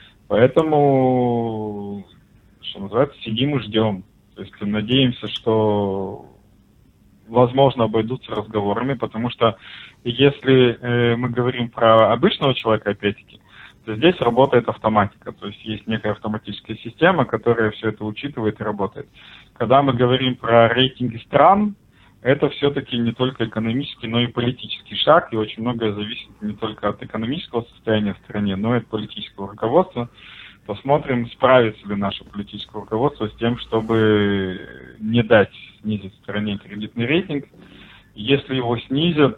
Поэтому, что называется, сидим и ждем. То есть надеемся, что, возможно, обойдутся разговорами, потому что если э, мы говорим про обычного человека, опять-таки, то здесь работает автоматика, то есть есть некая автоматическая система, которая все это учитывает и работает. Когда мы говорим про рейтинги стран, это все-таки не только экономический, но и политический шаг, и очень многое зависит не только от экономического состояния в стране, но и от политического руководства. Посмотрим, справится ли наше политическое руководство с тем, чтобы не дать снизить стране кредитный рейтинг. Если его снизят,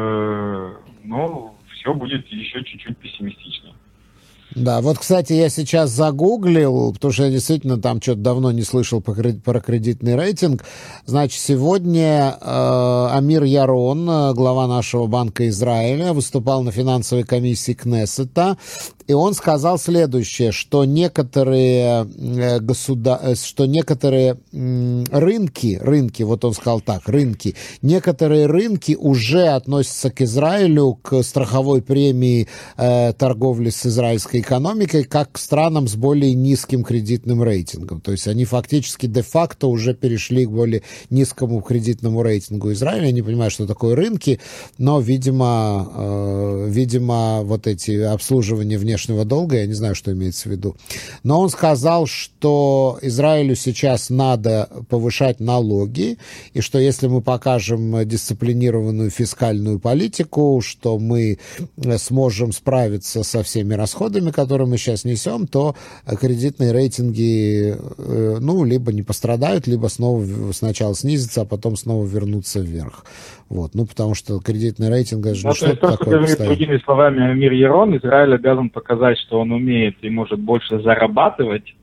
э, ну, все будет еще чуть-чуть пессимистичнее. Да, вот, кстати, я сейчас загуглил, потому что я действительно там что-то давно не слышал про кредитный рейтинг. Значит, сегодня э, Амир Ярон, глава нашего Банка Израиля, выступал на финансовой комиссии Кнессета, и он сказал следующее, что некоторые, э, государ... что некоторые э, рынки, рынки, вот он сказал так, рынки, некоторые рынки уже относятся к Израилю, к страховой премии э, торговли с израильской экономикой, как к странам с более низким кредитным рейтингом. То есть они фактически де-факто уже перешли к более низкому кредитному рейтингу Израиля. Я не понимаю, что такое рынки, но, видимо, э, видимо, вот эти обслуживания внешнего долга, я не знаю, что имеется в виду. Но он сказал, что Израилю сейчас надо повышать налоги, и что если мы покажем дисциплинированную фискальную политику, что мы сможем справиться со всеми расходами, которые мы сейчас несем, то кредитные рейтинги, ну, либо не пострадают, либо снова сначала снизятся, а потом снова вернутся вверх. Вот. Ну, потому что кредитный рейтинг, это же ну, что-то то, такое. Что говорит, постоянно. Другими словами, Амир Ярон, Израиль обязан показать, что он умеет и может больше зарабатывать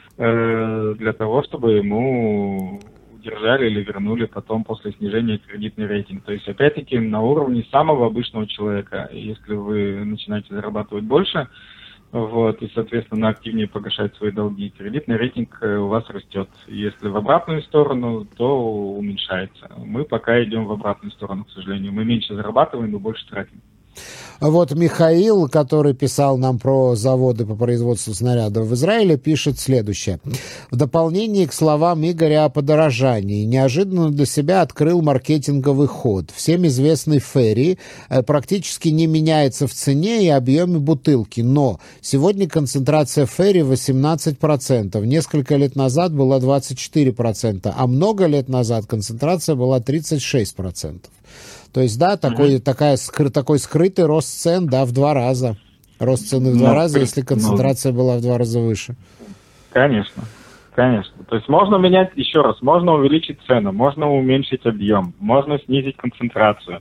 э, для того, чтобы ему удержали или вернули потом после снижения кредитный рейтинг. То есть, опять-таки, на уровне самого обычного человека. Если вы начинаете зарабатывать больше, вот, и, соответственно, активнее погашать свои долги, кредитный рейтинг у вас растет. Если в обратную сторону, то уменьшается. Мы пока идем в обратную сторону, к сожалению. Мы меньше зарабатываем и больше тратим. Вот Михаил, который писал нам про заводы по производству снарядов в Израиле, пишет следующее. В дополнение к словам Игоря о подорожании, неожиданно для себя открыл маркетинговый ход. Всем известный Ферри практически не меняется в цене и объеме бутылки, но сегодня концентрация Ферри восемнадцать процентов. Несколько лет назад была двадцать четыре процента, а много лет назад концентрация была тридцать шесть процентов. То есть, да, такой, mm-hmm. такая, скры, такой скрытый рост цен, да, в два раза. Рост цены в два ну, раза, если концентрация ну, была в два раза выше. Конечно, конечно. То есть можно менять, еще раз, можно увеличить цену, можно уменьшить объем, можно снизить концентрацию,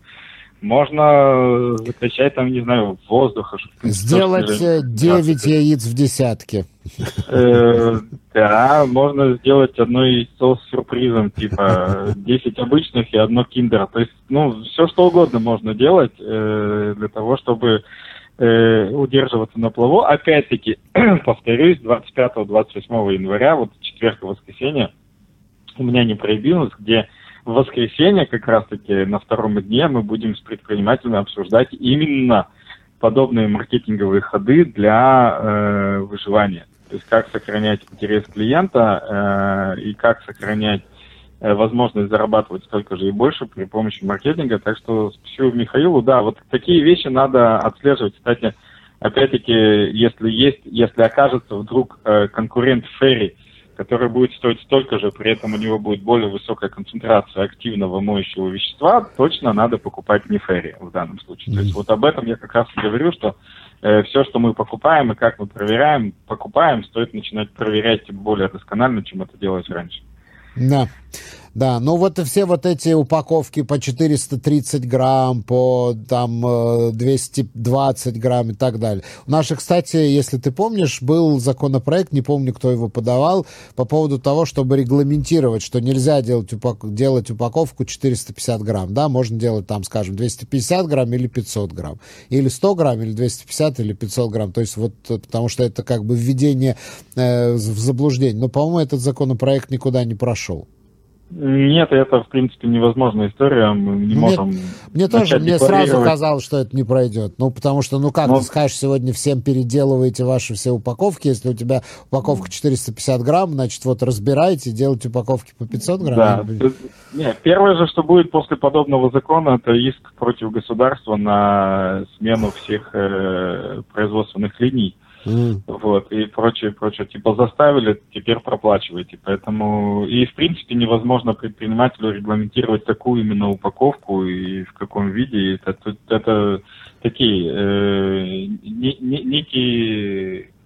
можно закачать там, не знаю, воздуха. Сделать девять яиц в десятке. Да, можно сделать одно яйцо с сюрпризом, типа десять обычных и одно киндер. То есть, ну, все что угодно можно делать для того, чтобы удерживаться на плаву. Опять-таки, повторюсь, двадцать пятого — двадцать восьмого января, вот четверг и воскресенье, у меня не проявилось, где в воскресенье, как раз-таки на втором дне, мы будем с предпринимателями обсуждать именно подобные маркетинговые ходы для э, выживания. То есть как сохранять интерес клиента э, и как сохранять э, возможность зарабатывать столько же и больше при помощи маркетинга. Так что спасибо Михаилу. Да, вот такие вещи надо отслеживать. Кстати, опять-таки, если есть, если окажется вдруг э, конкурент Ферри, который будет стоить столько же, при этом у него будет более высокая концентрация активного моющего вещества, точно надо покупать не Ферри в данном случае. Mm-hmm. То есть вот об этом я как раз и говорю, что э, все, что мы покупаем и как мы проверяем, покупаем, стоит начинать проверять более досконально, чем это делать раньше. Да. Да, ну вот и все вот эти упаковки по четыреста тридцать грамм, по там двести двадцать грамм и так далее. У нас же, кстати, если ты помнишь, был законопроект, не помню, кто его подавал, по поводу того, чтобы регламентировать, что нельзя делать, упак... делать упаковку четыреста пятьдесят грамм, да, можно делать там, скажем, двести пятьдесят грамм или пятьсот грамм, или сто грамм, или двести пятьдесят, или пятьсот грамм, то есть вот, потому что это как бы введение э, в заблуждение. Но, по-моему, этот законопроект никуда не прошел. Нет, это, в принципе, невозможная история, мы не мне, можем... Мне тоже, мне сразу казалось, что это не пройдет, ну, потому что, ну, как ну, ты скажешь, сегодня всем переделываете ваши все упаковки, если у тебя упаковка четыреста пятьдесят грамм, значит, вот разбирайте, делайте упаковки по пятьсот грамм. Да, нет, первое же, что будет после подобного закона, это иск против государства на смену всех э, производственных линий. Mm. Вот, и прочее, прочее. Типа заставили, теперь проплачивайте. Поэтому и в принципе невозможно предпринимателю регламентировать такую именно упаковку и в каком виде. Это, это, это такие э, не, не, некие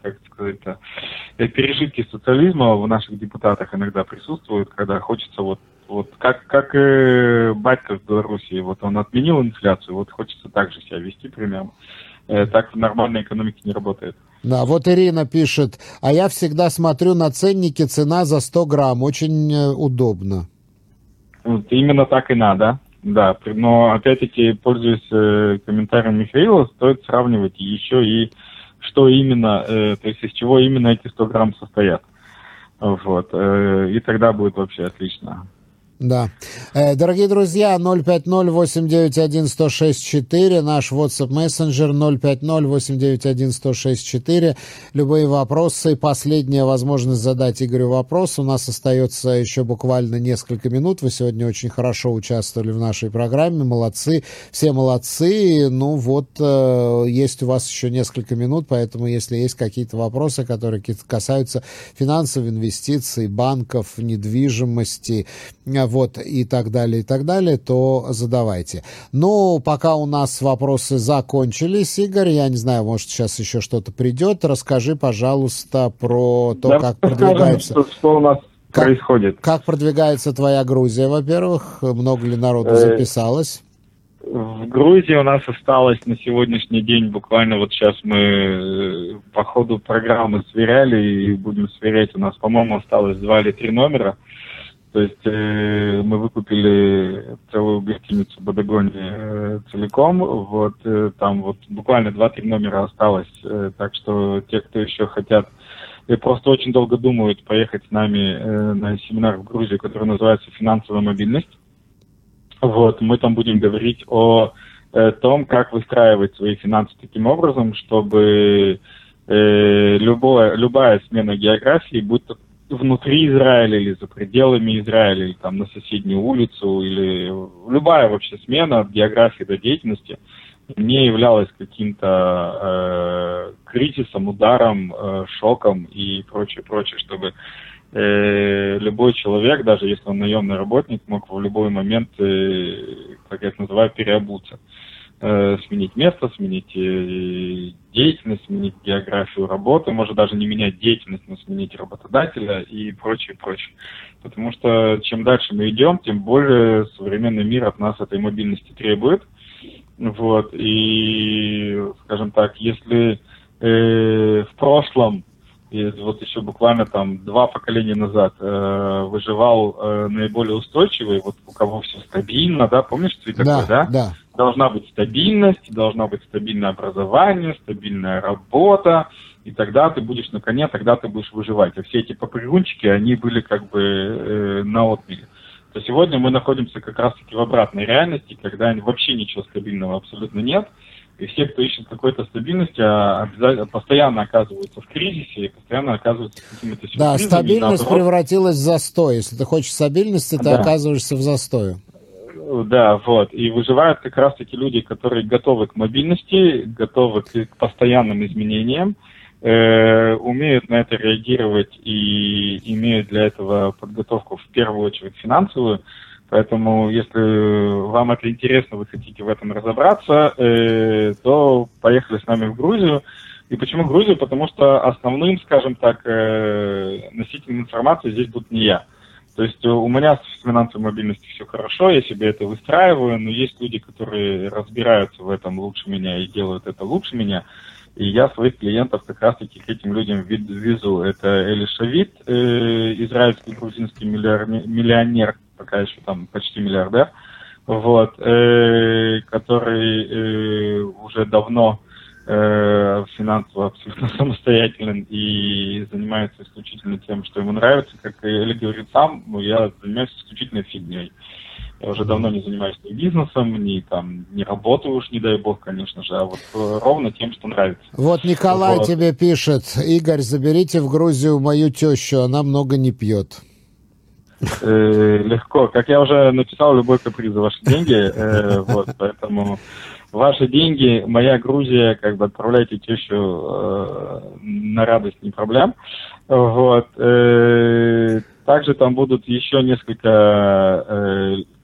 как сказать-то, пережитки социализма в наших депутатах иногда присутствуют, когда хочется вот, вот как, как э, батька в Беларуси, вот он отменил инфляцию, вот хочется так же себя вести примерно. Э, так в нормальной экономике не работает. Да, вот Ирина пишет, а я всегда смотрю на ценники, цена за сто грамм, очень удобно. Вот, именно так и надо. Да, но опять-таки, пользуясь э, комментарием Михаила, стоит сравнивать еще и что именно, э, то есть из чего именно эти сто грамм состоят. Вот, э, и тогда будет вообще отлично. Да. Э, дорогие друзья, ноль пять ноль восемь девять один сто шесть четыре, наш WhatsApp мессенджер ноль пять ноль восемь девять один сто шесть четыре. Любые вопросы, последняя возможность задать Игорю вопрос. У нас остается еще буквально несколько минут. Вы сегодня очень хорошо участвовали в нашей программе, молодцы, все молодцы. Ну вот, э, есть у вас еще несколько минут, поэтому если есть какие-то вопросы, которые касаются финансов, инвестиций, банков, недвижимости, вот, и так далее, и так далее, то задавайте. Ну, пока у нас вопросы закончились, Игорь, я не знаю, может, сейчас еще что-то придет, расскажи, пожалуйста, про то, да, как продвигается... Что, что у нас как, происходит. Как продвигается твоя Грузия, во-первых? Много ли народу записалось? В Грузии у нас осталось на сегодняшний день, буквально вот сейчас мы по ходу программы сверяли и будем сверять, у нас, по-моему, осталось два или три номера. То есть э, мы выкупили целую гостиницу Бодогони э, целиком, вот э, там вот буквально два-три номера осталось, э, так что те, кто еще хотят, и просто очень долго думают поехать с нами э, на семинар в Грузию, который называется «Финансовая мобильность». Вот, мы там будем говорить о э, том, как выстраивать свои финансы таким образом, чтобы э, любое, любая смена географии, будь то внутри Израиля или за пределами Израиля, или там на соседнюю улицу, или любая вообще смена от географии до деятельности не являлась каким-то э, кризисом, ударом, э, шоком и прочее, прочее, чтобы э, любой человек, даже если он наемный работник, мог в любой момент, э, как я это называю, переобуться. Сменить место, сменить деятельность, сменить географию работы, может даже не менять деятельность, но сменить работодателя и прочее, прочее. Потому что чем дальше мы идем, тем более современный мир от нас этой мобильности требует. Вот. И, скажем так, если э, в прошлом, и вот еще буквально там два поколения назад э, выживал э, наиболее устойчивый, вот у кого все стабильно, да, помнишь, ты такой, да? Да, да. Должна быть стабильность, должна быть стабильное образование, стабильная работа, и тогда ты будешь на коне, тогда ты будешь выживать. А все эти попрыгунчики, они были как бы э, на отмеле. То сегодня мы находимся как раз-таки в обратной реальности, когда вообще ничего стабильного абсолютно нет. И все, кто ищет какой-то стабильности, обязательно, постоянно оказываются в кризисе и постоянно оказываются какими-то сюрпризами. Да, стабильность превратилась в застой. Если ты хочешь стабильности, ты да. оказываешься в застое. Да, вот. И выживают как раз-таки люди, которые готовы к мобильности, готовы к постоянным изменениям, э, умеют на это реагировать и имеют для этого подготовку в первую очередь финансовую. Поэтому, если вам это интересно, вы хотите в этом разобраться, э, то поехали с нами в Грузию. И почему Грузию? Потому что основным, скажем так, э, носителем информации здесь будет не я. То есть у меня с финансовой мобильностью все хорошо, я себе это выстраиваю, но есть люди, которые разбираются в этом лучше меня и делают это лучше меня. И я своих клиентов как раз-таки к этим людям везу. Это Эли Шавит, э, израильский грузинский миллионер, миллионер, пока еще там почти миллиардер, вот, э, который э, уже давно э, финансово абсолютно самостоятелен и занимается исключительно тем, что ему нравится. Как Эли говорит сам, я занимаюсь исключительно фигней. Я уже давно не занимаюсь ни бизнесом, ни там, не работаю уж, не дай бог, конечно же, а вот ровно тем, что нравится. Вот Николай вот. тебе пишет: Игорь, заберите в Грузию мою тещу, она много не пьет. Э, легко. Как я уже написал, любой каприз за ваши деньги, э, вот, поэтому ваши деньги, моя Грузия, как бы отправляйте тещу э, на радость, не проблем. Вот. Э, также там будут еще несколько э,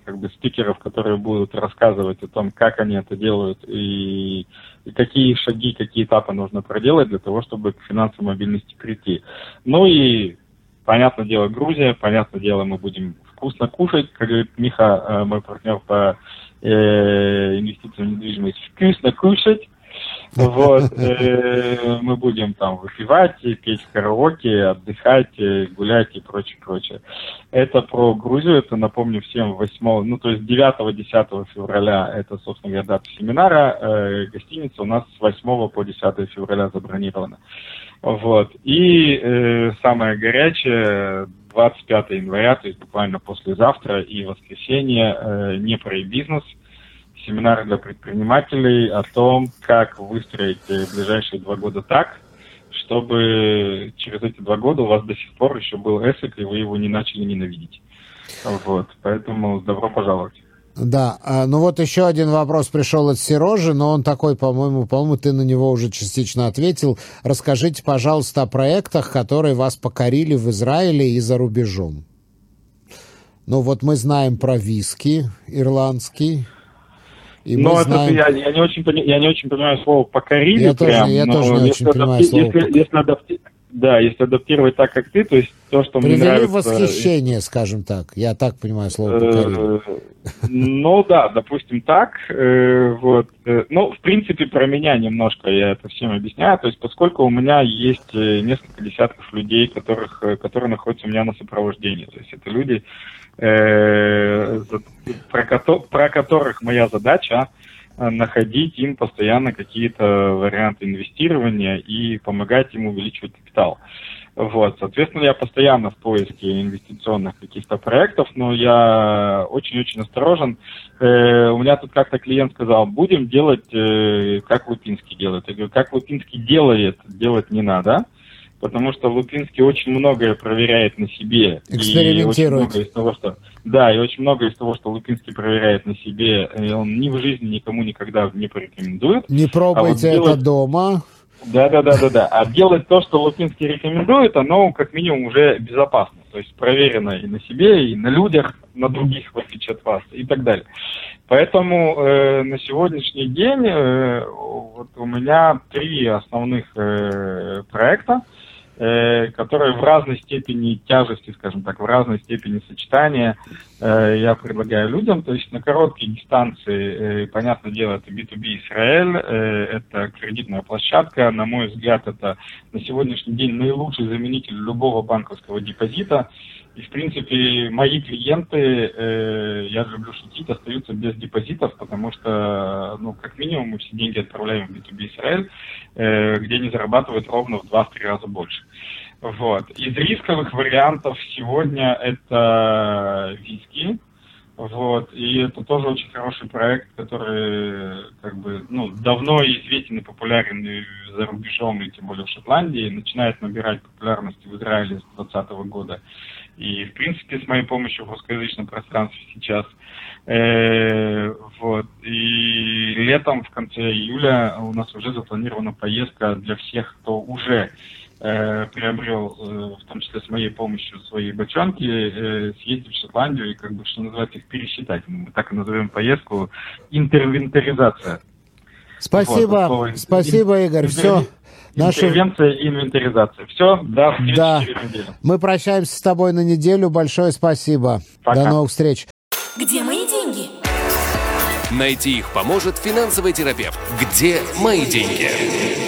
как бы спикеров, которые будут рассказывать о том, как они это делают и, и какие шаги, какие этапы нужно проделать для того, чтобы к финансовой мобильности прийти. Ну и, понятное дело, Грузия, понятное дело, мы будем вкусно кушать, как говорит Миха, мой партнер по э, инвестициям в недвижимость, вкусно кушать. Вот, э, мы будем там выпивать, петь в караоке, отдыхать, гулять и прочее, прочее. Это про Грузию, это, напомню всем, восьмого, ну, то есть девятого-десятого февраля, это, собственно говоря, дата семинара, э, гостиница у нас с восьмого по десятое февраля забронирована. Вот, и э, самое горячее, двадцать пятого января, то есть буквально послезавтра и воскресенье, э, не про бизнес, семинар для предпринимателей о том, как выстроить ближайшие два года так, чтобы через эти два года у вас до сих пор еще был эсэк, и вы его не начали ненавидеть. Вот, поэтому добро пожаловать. Да, ну вот еще один вопрос пришел от Сережи, но он такой, по-моему, по-моему, ты на него уже частично ответил. Расскажите, пожалуйста, о проектах, которые вас покорили в Израиле и за рубежом. Ну вот мы знаем про виски ирландский. И но это знаем... я, я, не очень, я не очень понимаю слово «покорили». Я прям, тоже, я тоже не очень адапти... понимаю слово если, если, адапти... Да, если адаптировать так, как ты, то есть то, что Привели мне нравится... восхищение, скажем так. Я так понимаю слово «покорили». Ну да, допустим так. Вот. Ну, в принципе, про меня немножко я это всем объясняю. То есть поскольку у меня есть несколько десятков людей, которых, которые находятся у меня на сопровождении. То есть это люди, про, ко- про которых моя задача находить им постоянно какие-то варианты инвестирования и помогать им увеличивать капитал. Вот, соответственно, я постоянно в поиске инвестиционных каких-то проектов, но я очень-очень осторожен. Э, у меня тут как-то клиент сказал, будем делать, э, как Лупинский делает. Я говорю, как Лупинский делает, делать не надо, потому что Лупинский очень многое проверяет на себе. Экспериментирует. И очень много из того, что, да, и очень много из того, что Лупинский проверяет на себе, он ни в жизни никому никогда не порекомендует. Не пробуйте а вот это делать... дома. Да, да, да, да, да. А делать то, что Лупинский рекомендует, оно как минимум уже безопасно. То есть проверено и на себе, и на людях, на других, в отличие от вас, и так далее. Поэтому э, на сегодняшний день э, вот у меня три основных э, проекта, э, которые в разной степени тяжести, скажем так, в разной степени сочетания э, я предлагаю людям. То есть на короткие дистанции, э, понятное дело, это би ту би Израиль, э, это кредитная площадка. На мой взгляд, это на сегодняшний день наилучший заменитель любого банковского депозита. И, в принципе, мои клиенты, э, я люблю шутить, остаются без депозитов, потому что, ну, как минимум, мы все деньги отправляем в би ту би Израиль, э, где они зарабатывают ровно в два-три раза больше. Вот. Из рисковых вариантов сегодня это виски. Вот, и это тоже очень хороший проект, который как бы, ну, давно известен и популярен и за рубежом, и тем более в Шотландии, начинает набирать популярность в Израиле с двадцатого года. И, в принципе, с моей помощью в русскоязычном пространстве сейчас. Э, вот, и летом, в конце июля, у нас уже запланирована поездка для всех, кто уже приобрел, в том числе с моей помощью, свои бочонки, съездить в Шотландию и, как бы, что называется, их пересчитать. Мы так и назовем поездку интервентаризация. Спасибо, вот, спасибо, Игорь. Интер... Все. Интервенция и инвентаризация. Все, до встречи да. через неделю. Мы прощаемся с тобой на неделю. Большое спасибо. Пока. До новых встреч. Где мои деньги? Найти их поможет финансовый терапевт. Где мои деньги?